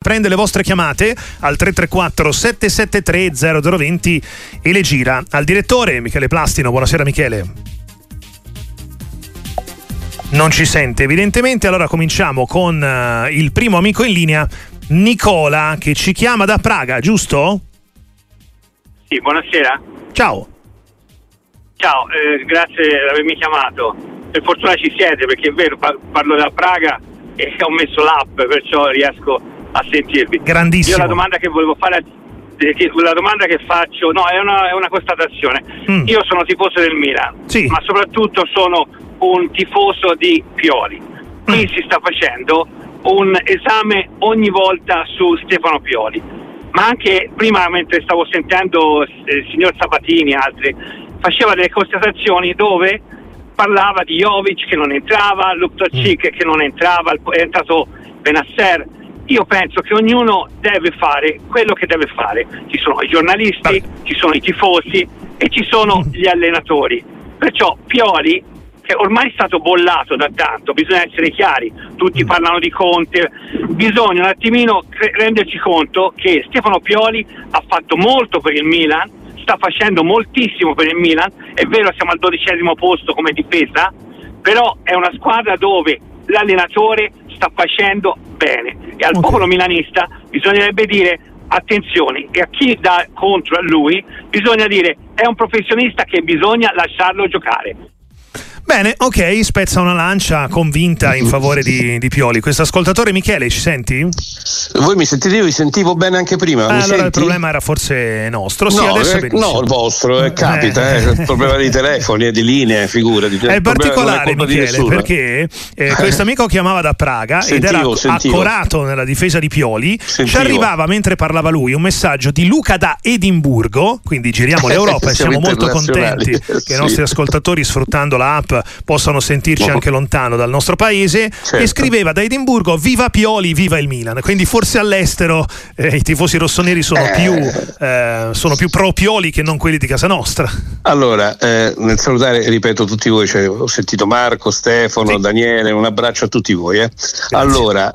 prende le vostre chiamate al 334 773 0020 e le gira al direttore Michele Plastino. Buonasera Michele. Non ci sente evidentemente, allora cominciamo con il primo amico in linea, Nicola, che ci chiama da Praga, giusto? Sì, buonasera. Ciao. Ciao, grazie per avermi chiamato. Per fortuna ci siete, perché è vero, parlo da Praga e ho messo l'app, perciò riesco a sentirvi. Grandissimo. Io la domanda che volevo fare, la domanda che faccio, no, è una constatazione. Io sono tifoso del Milan, sì, ma soprattutto sono un tifoso di Pioli. Qui si sta facendo un esame ogni volta su Stefano Pioli, ma anche prima, mentre stavo sentendo il signor Sabatini e altri, faceva delle constatazioni dove parlava di Jovic che non entrava, Luktočić che non entrava, è entrato Benasser. Io penso che ognuno deve fare quello che deve fare. Ci sono i giornalisti, ci sono i tifosi e ci sono gli allenatori. Perciò Pioli, che ormai è stato bollato da tanto, bisogna essere chiari, tutti parlano di Conte, bisogna un attimino renderci conto che Stefano Pioli ha fatto molto per il Milan, sta facendo moltissimo per il Milan, è vero siamo al 12° posto come difesa, però è una squadra dove l'allenatore sta facendo bene e al popolo milanista bisognerebbe dire attenzione, e a chi dà contro a lui bisogna dire è un professionista che bisogna lasciarlo giocare. Bene, ok, spezza una lancia convinta in favore di Pioli. Questo ascoltatore, Michele, ci senti? Voi mi sentite? Io vi sentivo bene anche prima. Allora senti? Il problema era forse nostro. Sì, no, adesso è benissimo. No, il vostro, capita, il problema di telefoni e di linee, figurati. È particolare, Michele, perché questo amico chiamava da Praga ed era accorato nella difesa di Pioli. Ci arrivava, mentre parlava lui, un messaggio di Luca da Edimburgo, quindi giriamo l'Europa e siamo molto contenti che i nostri ascoltatori, sfruttando la app, possano sentirci anche lontano dal nostro paese, e scriveva da Edimburgo: viva Pioli, viva il Milan. Quindi forse all'estero i tifosi rossoneri sono più pro Pioli che non quelli di casa nostra. Allora, nel salutare, ripeto, tutti voi, ho sentito Marco, Stefano, Daniele, un abbraccio a tutti voi. Allora,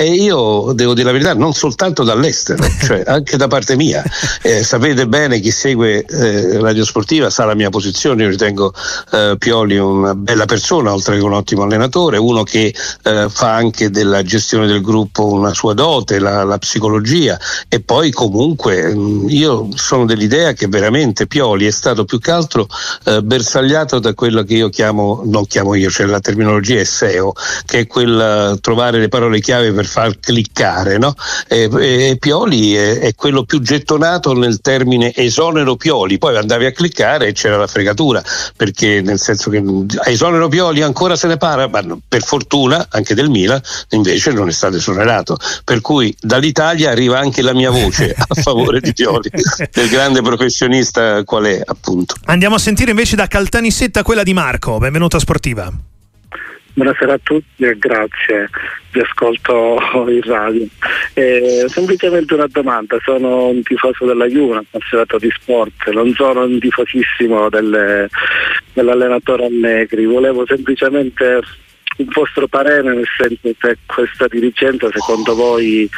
io devo dire la verità, non soltanto dall'estero, cioè anche da parte mia. Sapete bene, chi segue Radio Sportiva sa la mia posizione. Io ritengo Pioli una bella persona, oltre che un ottimo allenatore, uno che fa anche della gestione del gruppo una sua dote, la psicologia, e poi comunque io sono dell'idea che veramente Pioli è stato più che altro bersagliato da quello che io non chiamo io, cioè la terminologia è SEO, che è quella trovare le parole chiave per far cliccare, no? E Pioli è quello più gettonato nel termine esonero Pioli, poi andavi a cliccare e c'era la fregatura, perché nel senso che esonero Pioli ancora se ne parla, ma per fortuna anche del Milan invece non è stato esonerato, per cui dall'Italia arriva anche la mia voce a favore di Pioli, del grande professionista qual è, appunto. Andiamo a sentire invece da Caltanissetta quella di Marco. Benvenuto a Sportiva. Buonasera a tutti e grazie, vi ascolto in radio. Semplicemente una domanda: sono un tifoso della Juve, appassionato di sport, non sono un tifosissimo dell'allenatore Allegri. Volevo semplicemente un vostro parere, nel senso che questa dirigenza secondo voi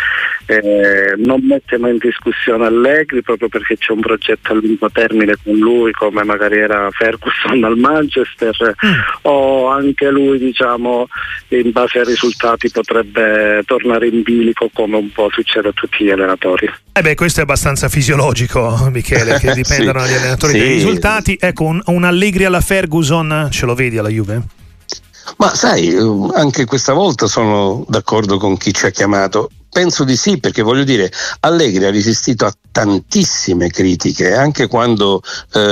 non mette mai in discussione Allegri, proprio perché c'è un progetto a lungo termine con lui, come magari era Ferguson al Manchester, o anche lui, diciamo, in base ai risultati potrebbe tornare in bilico, come un po' succede a tutti gli allenatori? Questo è abbastanza fisiologico, Michele, che dipendano dagli allenatori dai risultati. Ecco, un Allegri alla Ferguson ce lo vedi alla Juve? Ma sai, anche questa volta sono d'accordo con chi ci ha chiamato. Penso di sì, perché voglio dire, Allegri ha resistito a tantissime critiche, anche quando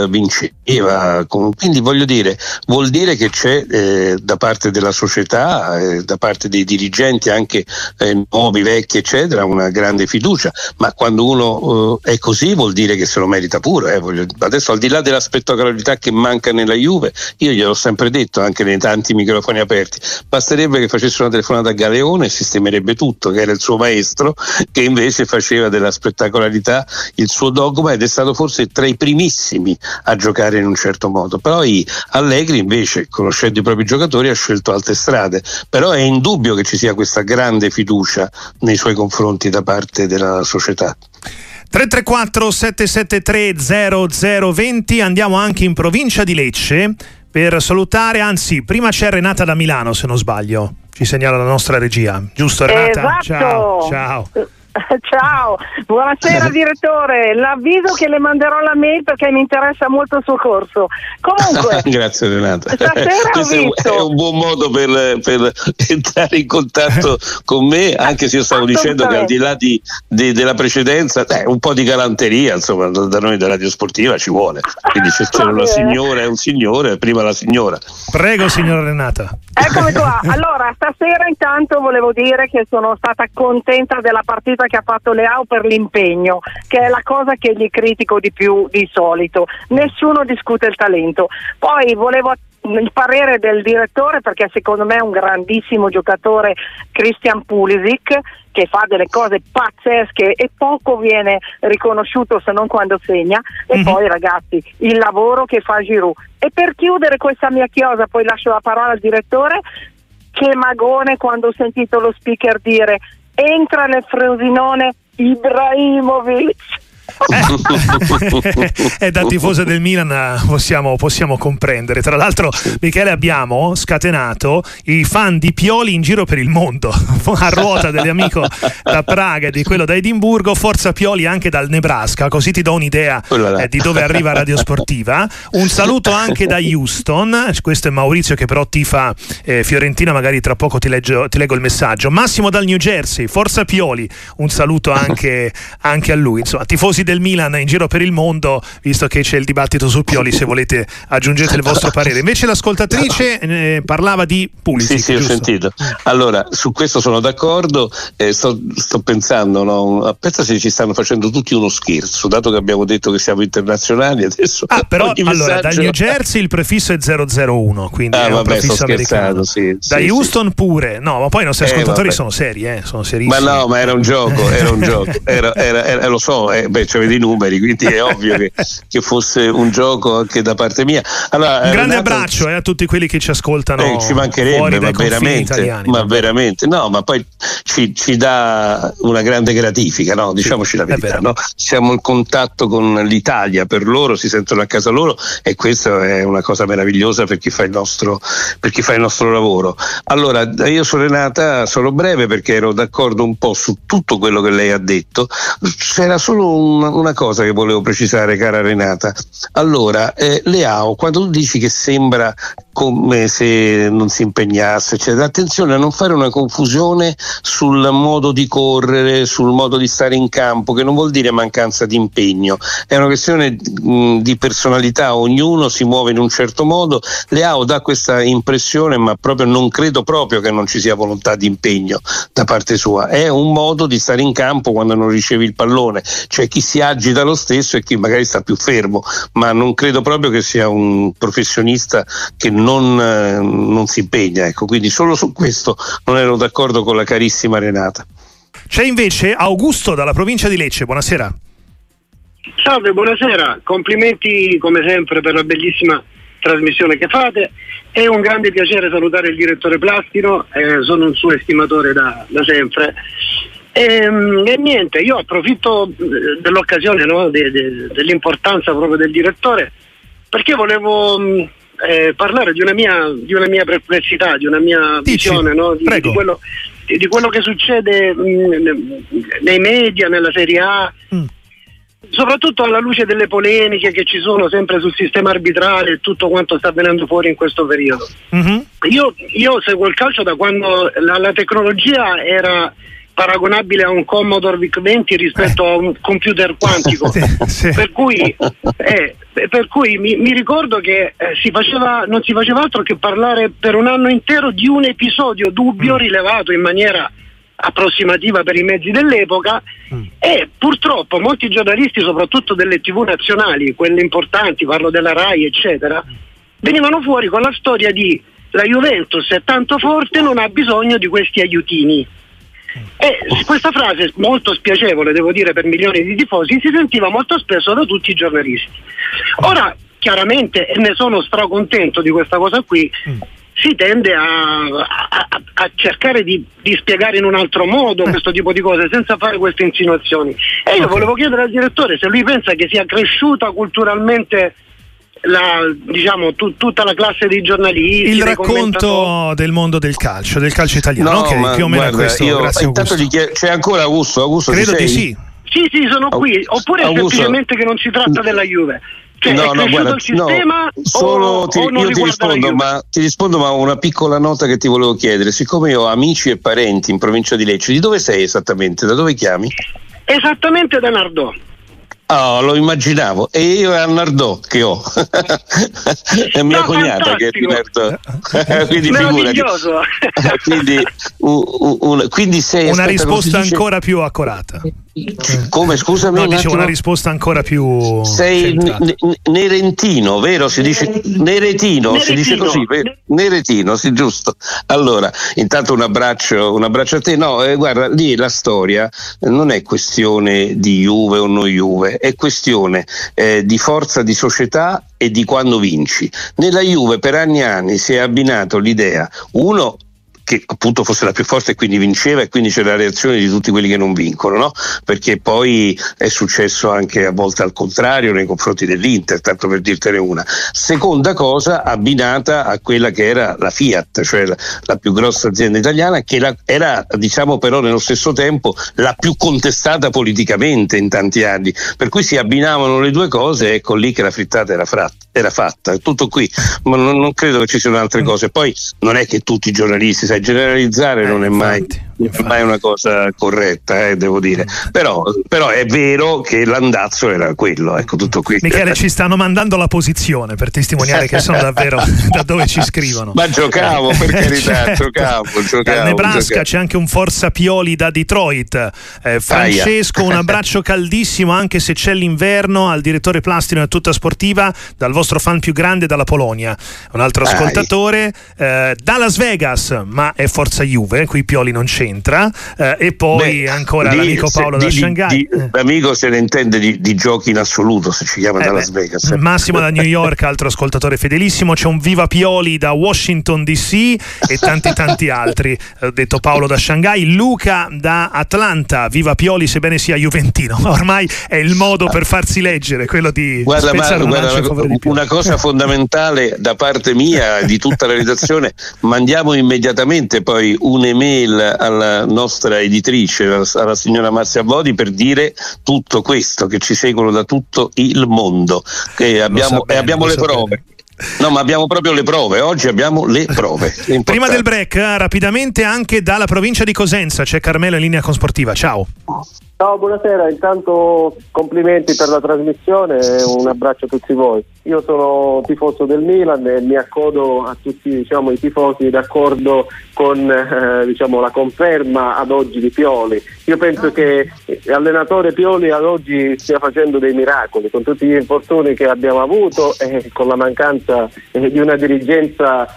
vinceva, quindi voglio dire, vuol dire che c'è da parte della società, da parte dei dirigenti, anche nuovi, vecchi, eccetera, una grande fiducia, ma quando uno è così vuol dire che se lo merita pure. Adesso, al di là della spettacolarità che manca nella Juve, io gliel'ho sempre detto anche nei tanti microfoni aperti, basterebbe che facesse una telefonata a Galeone e sistemerebbe tutto, che era il suo maestro, che invece faceva della spettacolarità il suo dogma ed è stato forse tra i primissimi a giocare in un certo modo. Poi Allegri invece, conoscendo i propri giocatori, ha scelto altre strade, però è indubbio che ci sia questa grande fiducia nei suoi confronti da parte della società. 334 773 0020. Andiamo anche in provincia di Lecce per salutare, anzi prima c'è Renata da Milano, se non sbaglio, ci segnala la nostra regia, giusto Renata? Esatto. Ciao. Ciao, buonasera direttore, l'avviso che le manderò la mail perché mi interessa molto il suo corso. Comunque grazie Renata, stasera ho visto... è un buon modo per entrare in contatto con me, anche se io stavo dicendo che al di là della precedenza un po' di galanteria insomma da noi della Radio Sportiva ci vuole, quindi se c'è una signora e un signore, prima la signora. Prego signora Renata. Eccomi qua. Allora, stasera intanto volevo dire che sono stata contenta della partita che ha fatto Leao per l'impegno, che è la cosa che gli critico di più di solito. Nessuno discute il talento. Poi volevo il parere del direttore, perché secondo me è un grandissimo giocatore Christian Pulisic, che fa delle cose pazzesche e poco viene riconosciuto se non quando segna. E poi ragazzi, il lavoro che fa Giroud. E per chiudere questa mia chiosa, poi lascio la parola al direttore, che magone quando ho sentito lo speaker dire entra nel Frosinone Ibrahimovic. Da tifosa del Milan possiamo comprendere. Tra l'altro, Michele, abbiamo scatenato i fan di Pioli in giro per il mondo a ruota dell'amico da Praga e di quello da Edimburgo. Forza Pioli anche dal Nebraska, così ti do un'idea di dove arriva Radio Sportiva. Un saluto anche da Houston, questo è Maurizio che però tifa Fiorentina, magari tra poco ti leggo il messaggio. Massimo dal New Jersey, Forza Pioli, un saluto anche a lui. Insomma, tifosi del Milan in giro per il mondo, visto che c'è il dibattito su Pioli, se volete aggiungete il vostro parere. Invece l'ascoltatrice parlava di Pulisic. Sì, ho sentito. Allora, su questo sono d'accordo, sto pensando, no? Pensa se ci stanno facendo tutti uno scherzo, dato che abbiamo detto che siamo internazionali adesso. Però allora dal New Jersey il prefisso è 001, quindi è un prefisso americano. Da Houston pure. No, ma poi i nostri ascoltatori sono seri, sono serissimi. Ma no, ma era un gioco, era lo so, c'avete i numeri, quindi è ovvio che fosse un gioco anche da parte mia. Allora, un grande abbraccio a tutti quelli che ci ascoltano. Ci mancherebbe, ma veramente, no, ma poi ci dà una grande gratifica, no? Diciamoci la verità, no? Siamo in contatto con l'Italia, per loro si sentono a casa loro, e questa è una cosa meravigliosa per chi fa il nostro lavoro. Allora, io sono Renata, sono breve perché ero d'accordo un po' su tutto quello che lei ha detto. C'era solo una cosa che volevo precisare, cara Renata. Allora, Leao, quando tu dici che sembra come se non si impegnasse, eccetera, attenzione a non fare una confusione sul modo di correre, sul modo di stare in campo, che non vuol dire mancanza di impegno, è una questione di personalità, ognuno si muove in un certo modo. Leao dà questa impressione, ma proprio non credo proprio che non ci sia volontà di impegno da parte sua, è un modo di stare in campo quando non ricevi il pallone, cioè chi si agita lo stesso e chi magari sta più fermo, ma non credo proprio che sia un professionista che non si impegna, ecco, quindi solo su questo non ero d'accordo con la carissima Renata. C'è invece Augusto dalla provincia di Lecce, buonasera. Salve, buonasera, complimenti come sempre per la bellissima trasmissione che fate, è un grande piacere salutare il direttore Plastino, sono un suo estimatore da sempre. E niente, io approfitto dell'occasione, no, dell'importanza proprio del direttore, perché volevo parlare di una mia perplessità, di una mia visione, no, di quello che succede nei media, nella Serie A, soprattutto alla luce delle polemiche che ci sono sempre sul sistema arbitrale e tutto quanto sta venendo fuori in questo periodo. Io seguo il calcio da quando la tecnologia era paragonabile a un Commodore VIC-20 rispetto a un computer quantico. Sì. Per cui mi ricordo che non si faceva altro che parlare per un anno intero di un episodio dubbio rilevato in maniera approssimativa per i mezzi dell'epoca, e purtroppo molti giornalisti, soprattutto delle TV nazionali, quelle importanti, parlo della Rai eccetera, venivano fuori con la storia di la Juventus è tanto forte, non ha bisogno di questi aiutini. E questa frase, molto spiacevole devo dire per milioni di tifosi, si sentiva molto spesso da tutti i giornalisti. Ora chiaramente, e ne sono stracontento di questa cosa qui, si tende a cercare di spiegare in un altro modo questo tipo di cose senza fare queste insinuazioni. E io volevo chiedere al direttore se lui pensa che sia cresciuta culturalmente tutta la classe dei giornalisti, il racconto del mondo del calcio italiano, che più o meno è questo. Grazie Augusto. C'è ancora Augusto? Credo di sì. Sì, sono qui. Oppure Augusto, semplicemente che non si tratta della Juve. Cioè, guarda, il sistema ti rispondo, ma una piccola nota che ti volevo chiedere. Siccome io ho amici e parenti in provincia di Lecce, di dove sei esattamente? Da dove chiami? Esattamente da Nardò. Oh, lo immaginavo. E io è a Nardò che ho. È mia cognata che è di Nardò. Quindi figurati. Quindi sei una risposta ancora più accurata. Come, scusami? No, dicevo una risposta ancora più. Sei nerentino, vero? Si dice neretino, si dice così, vero? Neretino, sì, giusto. Allora, intanto un abbraccio a te. No, guarda, lì la storia non è questione di Juve o non Juve, è questione di forza di società e di quando vinci. Nella Juve per anni e anni si è abbinato l'idea, uno, che appunto fosse la più forte e quindi vinceva, e quindi c'è la reazione di tutti quelli che non vincono, no? Perché poi è successo anche a volte al contrario nei confronti dell'Inter, tanto per dirtene una. Seconda cosa, abbinata a quella che era la Fiat, cioè la più grossa azienda italiana, che era diciamo però nello stesso tempo la più contestata politicamente in tanti anni, per cui si abbinavano le due cose, ecco lì che la frittata era fatta, è tutto qui, ma non credo che ci siano altre cose. Poi non è che tutti i giornalisti, sai, generalizzare non è mai una cosa corretta, devo dire, però è vero che l'andazzo era quello, ecco, tutto qui. Michele, ci stanno mandando la posizione per testimoniare che sono davvero da dove ci scrivono. Ma giocavo, per carità, giocavo. Dal Nebraska c'è anche un Forza Pioli da Detroit. Francesco, un abbraccio caldissimo, anche se c'è l'inverno, al direttore Plastino e a tutta Sportiva, dal vostro fan più grande, dalla Polonia. Un altro ascoltatore da Las Vegas, ma è Forza Juve, qui Pioli non c'entra. E poi ancora l'amico Paolo da Shanghai. L'amico se ne intende di giochi in assoluto, se ci chiama da Las Vegas. Massimo da New York, altro ascoltatore fedelissimo. C'è un Viva Pioli da Washington DC e tanti altri. Ho detto Paolo da Shanghai. Luca da Atlanta, Viva Pioli sebbene sia juventino. Ormai è il modo per farsi leggere, quello di spezzare una cosa fondamentale da parte mia, di tutta la redazione. Mandiamo immediatamente poi un'email alla nostra editrice, alla signora Marzia Bodi, per dire tutto questo, che ci seguono da tutto il mondo, che abbiamo le prove. No, ma abbiamo proprio le prove, oggi abbiamo le prove. Prima del break, rapidamente anche dalla provincia di Cosenza c'è Carmelo in linea con Sportiva, ciao. Ciao, buonasera, intanto complimenti per la trasmissione e un abbraccio a tutti voi. Io sono tifoso del Milan e mi accodo a tutti i tifosi d'accordo con la conferma ad oggi di Pioli. Io penso che l'allenatore Pioli ad oggi stia facendo dei miracoli con tutti gli infortuni che abbiamo avuto e con la mancanza di una dirigenza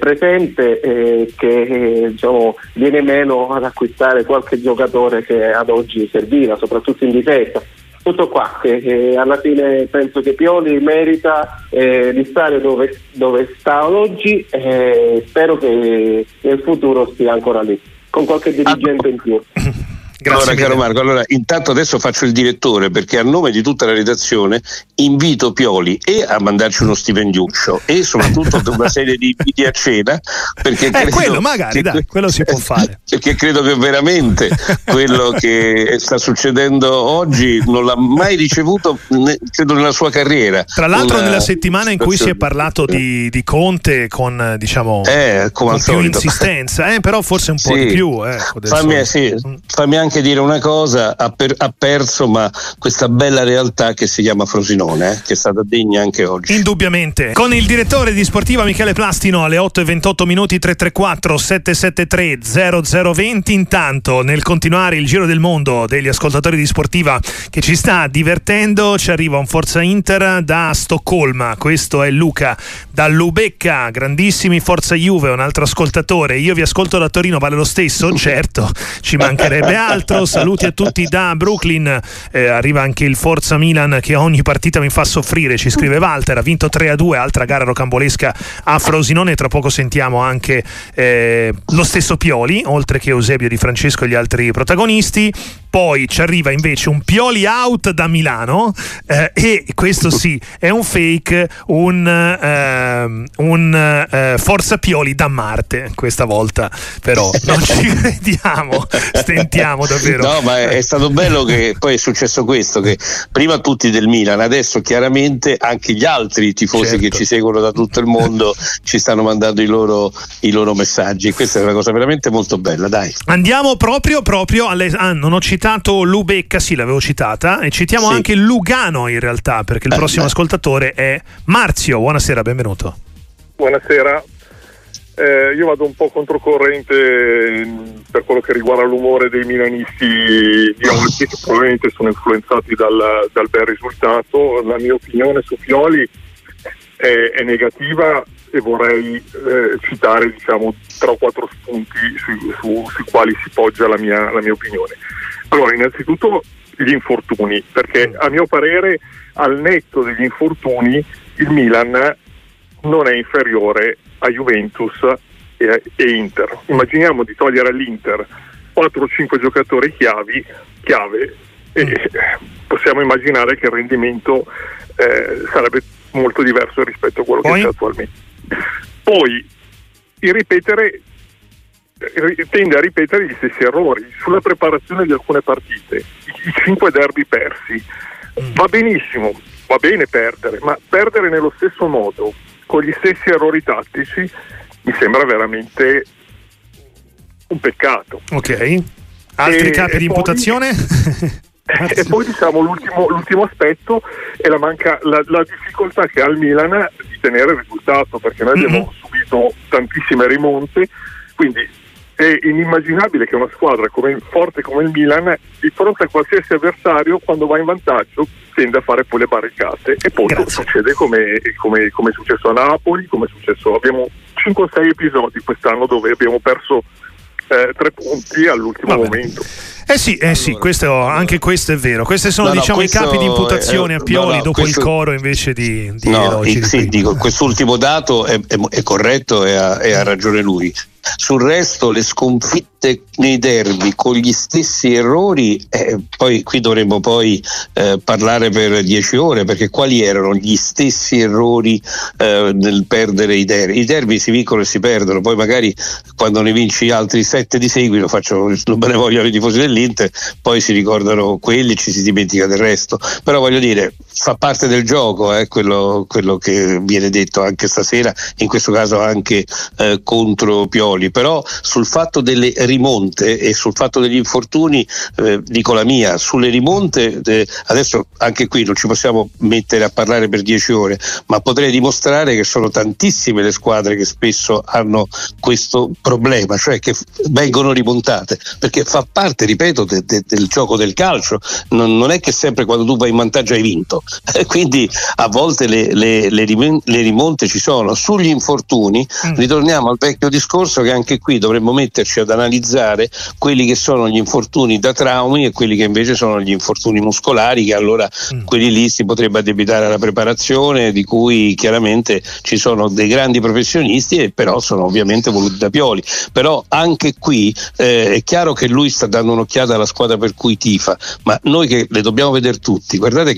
presente che viene meno ad acquistare qualche giocatore che ad oggi serviva, soprattutto in difesa. Tutto qua, che alla fine penso che Pioli merita di stare dove sta oggi, spero che nel futuro stia ancora lì, con qualche dirigente in più. Grazie caro Marco, intanto adesso faccio il direttore, perché a nome di tutta la redazione invito Pioli a mandarci uno stipendiuccio e soprattutto una serie di inviti a cena, perché quello magari quello si può fare, perché credo che veramente quello che sta succedendo oggi non l'ha mai ricevuto, credo, nella sua carriera. Tra l'altro nella settimana in cui si è parlato di Conte con con più insistenza, però forse un po' di più. Fammi anche dire una cosa, ha perso ma questa bella realtà che si chiama Frosinone, che è stata degna anche oggi. Indubbiamente. Con il direttore di Sportiva Michele Plastino alle 8:28 minuti 334 773 0020. Intanto, nel continuare il giro del mondo degli ascoltatori di Sportiva che ci sta divertendo, ci arriva un Forza Inter da Stoccolma. Questo è Luca da Lubecca. Grandissimi Forza Juve, un altro ascoltatore. Io vi ascolto da Torino, vale lo stesso? Certo, ci mancherebbe altro. Saluti a tutti da Brooklyn. Arriva anche il Forza Milan che ogni partita mi fa soffrire, ci scrive Walter. Ha vinto 3-2, altra gara rocambolesca a Frosinone. Tra poco sentiamo anche lo stesso Pioli, oltre che Eusebio Di Francesco e gli altri protagonisti. Poi ci arriva invece un Pioli out da Milano, e questo sì è un fake, un Forza Pioli da Marte questa volta, però non ci crediamo, stentiamo davvero. No, ma è stato bello che poi è successo questo, che prima tutti del Milan, adesso chiaramente anche gli altri tifosi, certo, che ci seguono da tutto il mondo ci stanno mandando i loro messaggi. Questa è una cosa veramente molto bella, dai. Andiamo proprio alle... non ho citato Lubecca, sì, l'avevo citata, e citiamo anche Lugano in realtà, perché il prossimo ascoltatore è Marzio. Buonasera, benvenuto. Buonasera. Io vado un po' controcorrente per quello che riguarda l'umore dei milanisti di oggi, che probabilmente sono influenzati dal bel risultato. La mia opinione su Pioli è negativa e vorrei citare 3 o 4 spunti sui quali si poggia la mia opinione. Allora, innanzitutto gli infortuni, perché a mio parere al netto degli infortuni il Milan non è inferiore a Juventus e Inter. Immaginiamo di togliere all'Inter 4 o 5 giocatori chiave e possiamo immaginare che il rendimento sarebbe molto diverso rispetto a quello che c'è attualmente. Poi tende a ripetere gli stessi errori sulla preparazione di alcune partite, i 5 derby persi. Va benissimo, va bene perdere, ma perdere nello stesso modo, con gli stessi errori tattici, mi sembra veramente un peccato. Ok, altri capi di imputazione? E poi l'ultimo aspetto è la difficoltà che ha il Milan di tenere il risultato, perché noi abbiamo subito tantissime rimonte, quindi è inimmaginabile che una squadra forte come il Milan, di fronte a qualsiasi avversario, quando va in vantaggio tende a fare poi le barricate, e poi succede come è successo a Napoli, come è successo. Abbiamo 5 o 6 episodi quest'anno dove abbiamo perso 3 punti all'ultimo momento. Sì, anche questo è vero. Questi sono i capi di imputazione a Pioli dopo il coro invece di elogi. Dico, quest'ultimo dato è corretto e ha ragione lui. Sul resto, le sconfitte nei derby con gli stessi errori, poi qui dovremmo parlare per 10 ore, perché quali erano gli stessi errori nel perdere i derby? I derby si vincono e si perdono, poi magari quando ne vinci altri 7 di seguito, non me ne vogliono i tifosi dell'Inter, poi si ricordano quelli e ci si dimentica del resto. Però voglio dire, fa parte del gioco, quello che viene detto anche stasera, in questo caso anche contro Pioli. Però sul fatto delle rimonte e sul fatto degli infortuni dico la mia. Sulle rimonte adesso anche qui non ci possiamo mettere a parlare per 10 ore, ma potrei dimostrare che sono tantissime le squadre che spesso hanno questo problema, cioè che vengono rimontate, perché fa parte, ripeto, del gioco del calcio. Non è che sempre quando tu vai in vantaggio hai vinto, quindi a volte le rimonte ci sono. Sugli infortuni ritorniamo al vecchio discorso, che anche qui dovremmo metterci ad analizzare quelli che sono gli infortuni da traumi e quelli che invece sono gli infortuni muscolari, che allora quelli lì si potrebbe addebitare alla preparazione, di cui chiaramente ci sono dei grandi professionisti, e però sono ovviamente voluti da Pioli. Però anche qui è chiaro che lui sta dando un'occhiata alla squadra per cui tifa, ma noi che le dobbiamo vedere tutti, guardate che a periodi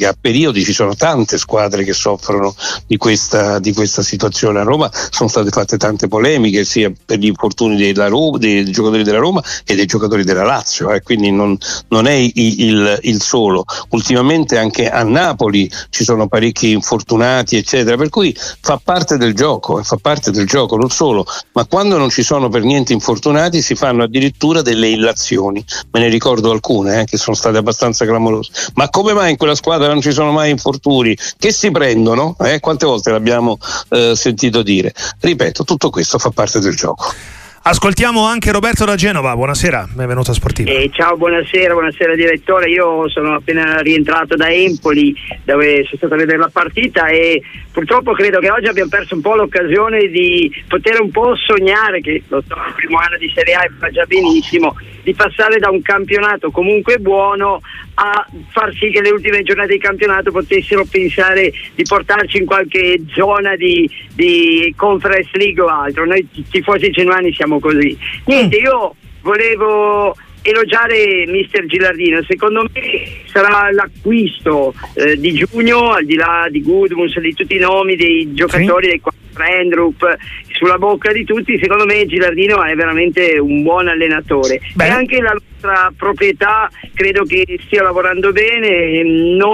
periodi ci sono tante squadre che soffrono di questa situazione. A Roma sono state fatte tante polemiche sia per gli infortuni dei giocatori della Roma e dei giocatori della Lazio, quindi non è il solo. Ultimamente anche a Napoli ci sono parecchi infortunati eccetera, per cui fa parte del gioco, non solo, ma quando non ci sono per niente infortunati si fanno addirittura delle illazioni. Me ne ricordo alcune che sono state abbastanza clamorose. Ma come mai in quella squadra non ci sono mai infortuni? Che si prendono? Quante volte l'abbiamo sentito dire? Ripeto, tutto questo fa parte del gioco. Ascoltiamo anche Roberto da Genova, buonasera, benvenuto a Sportivo. Ciao, buonasera direttore, io sono appena rientrato da Empoli dove sono stato a vedere la partita e purtroppo credo che oggi abbiamo perso un po' l'occasione di poter un po' sognare, che lo so, il primo anno di Serie A va già benissimo, di passare da un campionato comunque buono a far sì che le ultime giornate di campionato potessero pensare di portarci in qualche zona di Conference League o altro. Noi tifosi genuani siamo così. Niente, io volevo elogiare mister Gilardino, secondo me sarà l'acquisto di giugno, al di là di Gudmunds, di tutti i nomi dei giocatori, dei Frendrup sulla bocca di tutti, secondo me Gilardino è veramente un buon allenatore. E anche la nostra proprietà credo che stia lavorando bene,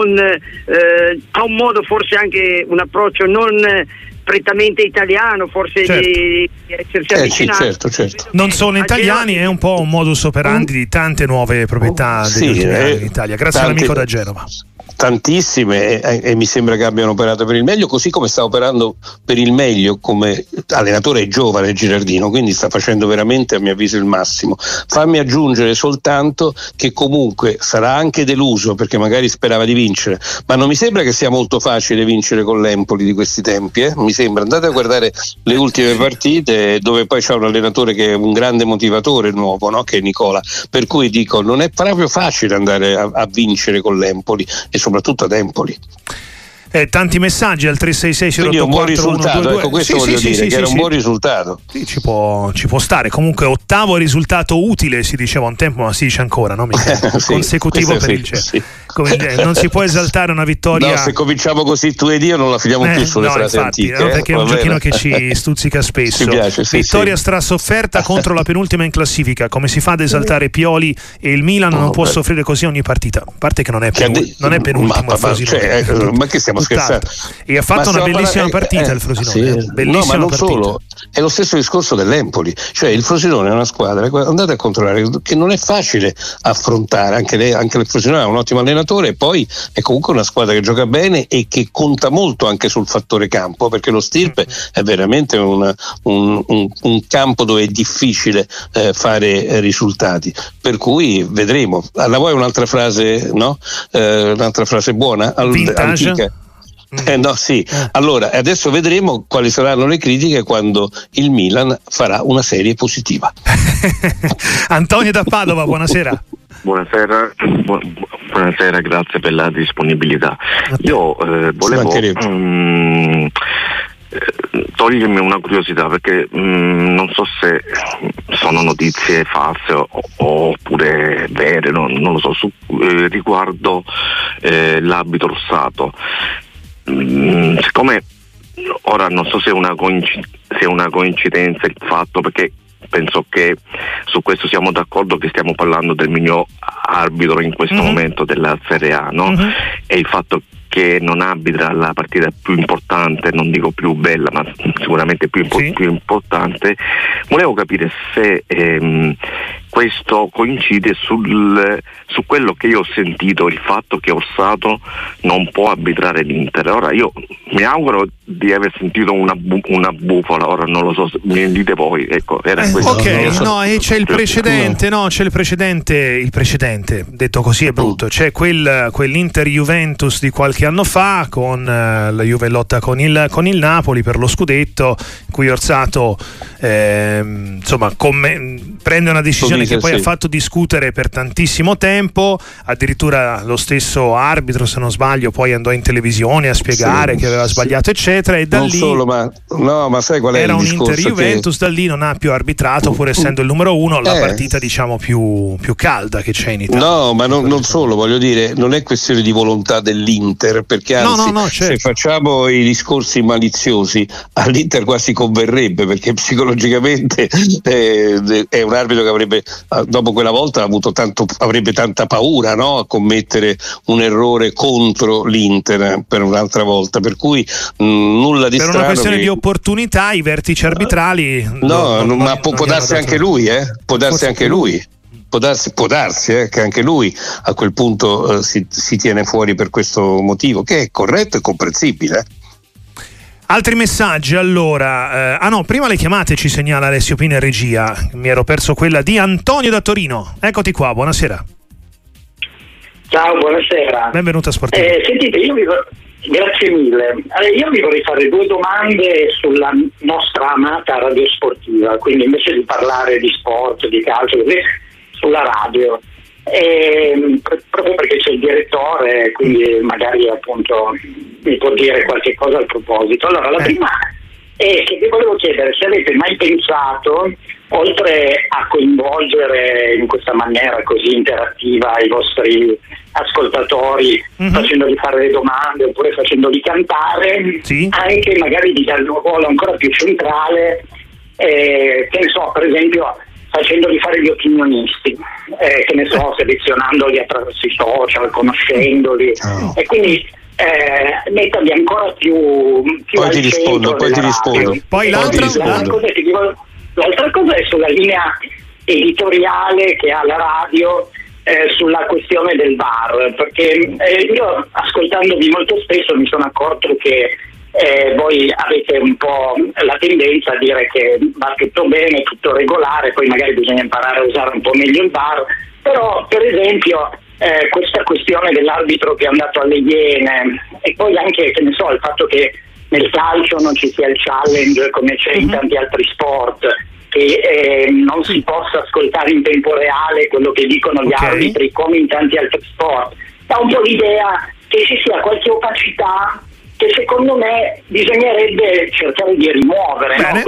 ha un modo, forse anche un approccio non prettamente italiano, forse di essersi avvicinato. Certo. Non sono italiani, è un po' un modus operandi di tante nuove proprietà degli ultimi anni in Italia. Grazie all'amico da Genova. Tantissime e mi sembra che abbiano operato per il meglio, così come sta operando per il meglio come allenatore giovane Gilardino, quindi sta facendo veramente, a mio avviso, il massimo. Fammi aggiungere soltanto che comunque sarà anche deluso perché magari sperava di vincere, ma non mi sembra che sia molto facile vincere con l'Empoli di questi tempi, mi sembra. Andate a guardare le ultime partite dove poi c'è un allenatore che è un grande motivatore nuovo, no? Che è Nicola, per cui dico non è proprio facile andare a vincere con l'Empoli e soprattutto ad Empoli. Tanti messaggi al 366 quindi un buon risultato, ecco, questo voglio dire che era un buon risultato. Sì, ci può stare. Comunque ottavo risultato utile, si diceva un tempo, ma si dice ancora, no? Consecutivo per il Genoa. Non si può esaltare una vittoria. No, se cominciamo così tu ed io non la finiamo più sulle frasi antiche. Perché è un giochino che ci stuzzica spesso. Ci piace, vittoria strasofferta contro la penultima in classifica. Come si fa ad esaltare Pioli e il Milan non può soffrire così ogni partita? A parte che non è penultimo il Frosinone. Ma che stiamo scherzando? E ha fatto una bellissima partita il Frosinone. No, ma non solo. È lo stesso discorso dell'Empoli. Cioè il Frosinone è una squadra, andate a controllare, che non è facile affrontare. Anche il Frosinone ha un ottimo allenatore e poi è comunque una squadra che gioca bene e che conta molto anche sul fattore campo, perché lo Stirpe è veramente un campo dove è difficile fare risultati, per cui vedremo. La vuoi un'altra frase, no? Un'altra frase buona? Antica? No, sì. Allora, adesso vedremo quali saranno le critiche quando il Milan farà una serie positiva. Antonio da Padova, buonasera. Buonasera, grazie per la disponibilità. Io volevo togliermi una curiosità, perché non so se sono notizie false oppure vere, non lo so, riguardo l'arbitro Orsato. Siccome ora non so se è una coincidenza il fatto, perché penso che su questo siamo d'accordo, che stiamo parlando del miglior arbitro in questo momento della Serie A, no? E il fatto che non arbitra la partita più importante, non dico più bella, ma sicuramente più importante. Volevo capire se questo coincide su quello che io ho sentito, il fatto che Orsato non può arbitrare l'Inter. Ora io mi auguro di aver sentito una bufala, ora non lo so, mi dite voi, ecco, era questo. C'è il precedente, il precedente, detto così è brutto, c'è quell'Inter Juventus di qualche anno fa con la Juve lotta con il Napoli per lo scudetto, in cui Orsato prende una decisione che poi ha fatto discutere per tantissimo tempo, addirittura lo stesso arbitro, se non sbaglio, poi andò in televisione a spiegare che aveva sbagliato eccetera, e da non lì solo, ma sai qual è era il un discorso? Inter-Juventus, da lì non ha più arbitrato, pur essendo il numero uno, la partita diciamo più calda che c'è in Italia. No, ma non solo, voglio dire, non è questione di volontà dell'Inter, perché anzi certo. Se facciamo i discorsi maliziosi all'Inter quasi converrebbe, perché psicologicamente è un arbitro che avrebbe, dopo quella volta, avrebbe tanta paura, no? A commettere un errore contro l'Inter per un'altra volta, per cui nulla di per strano. Per una questione di opportunità, i vertici arbitrali ma può darsi anche lui, può darsi anche lui. Può darsi che anche lui a quel punto si tiene fuori per questo motivo, che è corretto e comprensibile. Altri messaggi allora. Prima le chiamate, ci segnala Alessio Pina in regia. Mi ero perso quella di Antonio da Torino. Eccoti qua, buonasera. Ciao, buonasera. Benvenuto a Sportivo. Sentite, grazie mille. Io vi vorrei fare due domande sulla nostra amata radio sportiva, quindi invece di parlare di sport, di calcio, così, sulla radio. Proprio perché c'è il direttore, quindi magari appunto mi può dire qualche cosa al proposito. Allora, la prima è che vi volevo chiedere se avete mai pensato, oltre a coinvolgere in questa maniera così interattiva i vostri ascoltatori, facendoli fare le domande oppure facendoli cantare, anche magari di dare un ruolo ancora più centrale, che ne so, per esempio facendoli fare gli opinionisti, che ne so, selezionandoli attraverso i social, conoscendoli, e quindi metterli ancora più poi ti rispondo. Poi l'altra cosa è sulla linea editoriale che ha la radio, sulla questione del VAR, perché io, ascoltandovi molto spesso, mi sono accorto che voi avete un po' la tendenza a dire che va tutto bene, tutto regolare, poi magari bisogna imparare a usare un po' meglio il VAR, però per esempio questa questione dell'arbitro che è andato alle Iene, e poi anche, che ne so, il fatto che nel calcio non ci sia il challenge come c'è in tanti altri sport, che non si possa ascoltare in tempo reale quello che dicono gli arbitri come in tanti altri sport, dà un po' l'idea che ci sia qualche opacità che secondo me bisognerebbe cercare di rimuovere. Bene,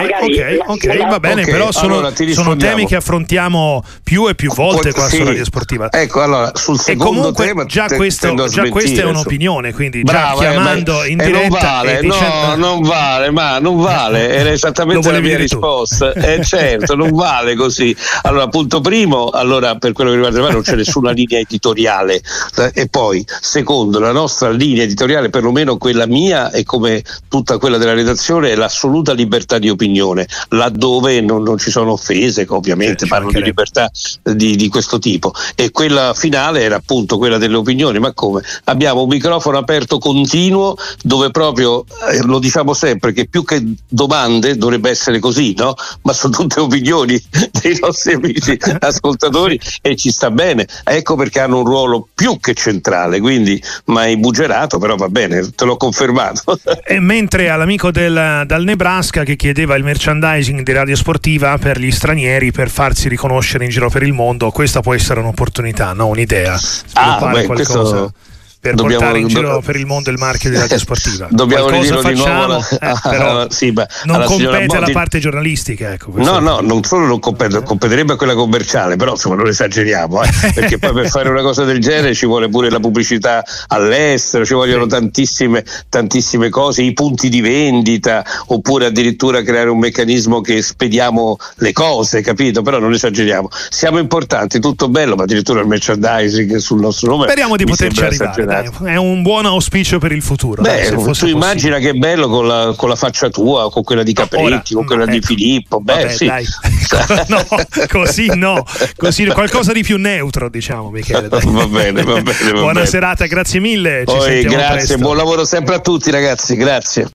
no? Va bene, però sono temi che affrontiamo più e più volte qua su Radio Sportiva. Ecco, allora, sul secondo tema già questa è un'opinione, quindi già chiamando in diretta non vale, era esattamente la mia risposta. Certo, non vale così. Allora, punto primo, per quello che riguarda me non c'è nessuna linea editoriale, e poi secondo, la nostra linea editoriale, perlomeno quella mia e come tutta quella della redazione, è l'assoluta libertà di opinione, laddove non ci sono offese, che ovviamente parlo di libertà di questo tipo, e quella finale era appunto quella delle opinioni. Ma come? Abbiamo un microfono aperto continuo, dove proprio lo diciamo sempre che più che domande dovrebbe essere così, no? Ma sono tutte opinioni dei nostri amici ascoltatori, e ci sta bene, ecco perché hanno un ruolo più che centrale, quindi mai buggerato, però va bene, te l'ho confermato. E mentre all'amico dal Nebraska che chiedeva il merchandising di Radio Sportiva per gli stranieri per farsi riconoscere in giro per il mondo, questa può essere un'un'opportunità, no? Un'idea, sviluppare qualcosa per portare in giro per il mondo il marchio di Radio Sportiva. Dobbiamo qualcosa ridirlo facciamo, di nuovo però non compete alla parte giornalistica, ecco. Non solo non competerebbe a quella commerciale, però insomma non esageriamo, perché poi per fare una cosa del genere ci vuole pure la pubblicità all'estero, ci vogliono tantissime cose, i punti di vendita, oppure addirittura creare un meccanismo che spediamo le cose, capito? Però non esageriamo, siamo importanti, tutto bello, ma addirittura il merchandising sul nostro nome speriamo di poterci arrivare. È un buon auspicio per il futuro. Tu immagina che bello con la faccia tua, con quella di Capretti, con quella di Filippo. Sì. Dai. Così qualcosa di più neutro, diciamo, Michele. Va bene. Buona serata, grazie mille. Ci sentiamo grazie, presto. Buon lavoro sempre a tutti, ragazzi, grazie.